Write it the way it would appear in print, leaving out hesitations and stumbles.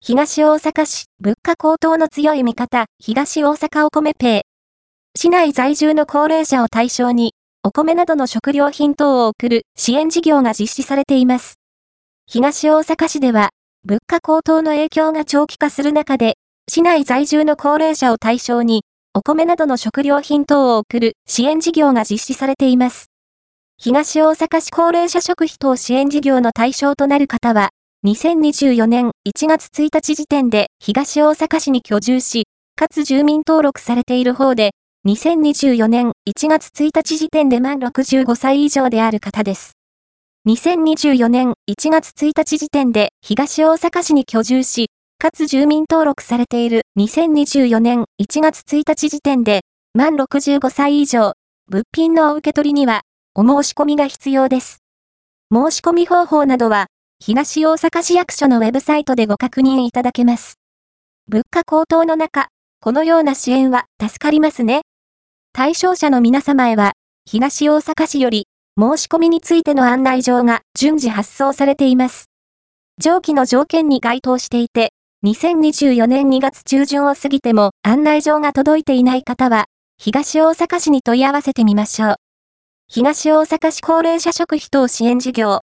東大阪市、物価高騰の強い味方、東大阪お米ペイ。市内在住の高齢者を対象に、お米などの食料品等を送る支援事業が実施されています。東大阪市では、物価高騰の影響が長期化する中で、市内在住の高齢者を対象に、お米などの食料品等を送る支援事業が実施されています。東大阪市高齢者食費等支援事業の対象となる方は、2024年1月1日時点で東大阪市に居住し、かつ住民登録されている方で、2024年1月1日時点で満65歳以上である方です。2024年1月1日時点で東大阪市に居住し、かつ住民登録されている2024年1月1日時点で満65歳以上、物品のお受け取りにはお申し込みが必要です。申し込み方法などは、東大阪市役所のウェブサイトでご確認いただけます。物価高騰の中、このような支援は助かりますね。対象者の皆様へは、東大阪市より、申し込みについての案内状が順次発送されています。上記の条件に該当していて、2024年2月中旬を過ぎても案内状が届いていない方は、東大阪市に問い合わせてみましょう。東大阪市高齢者食費等支援事業。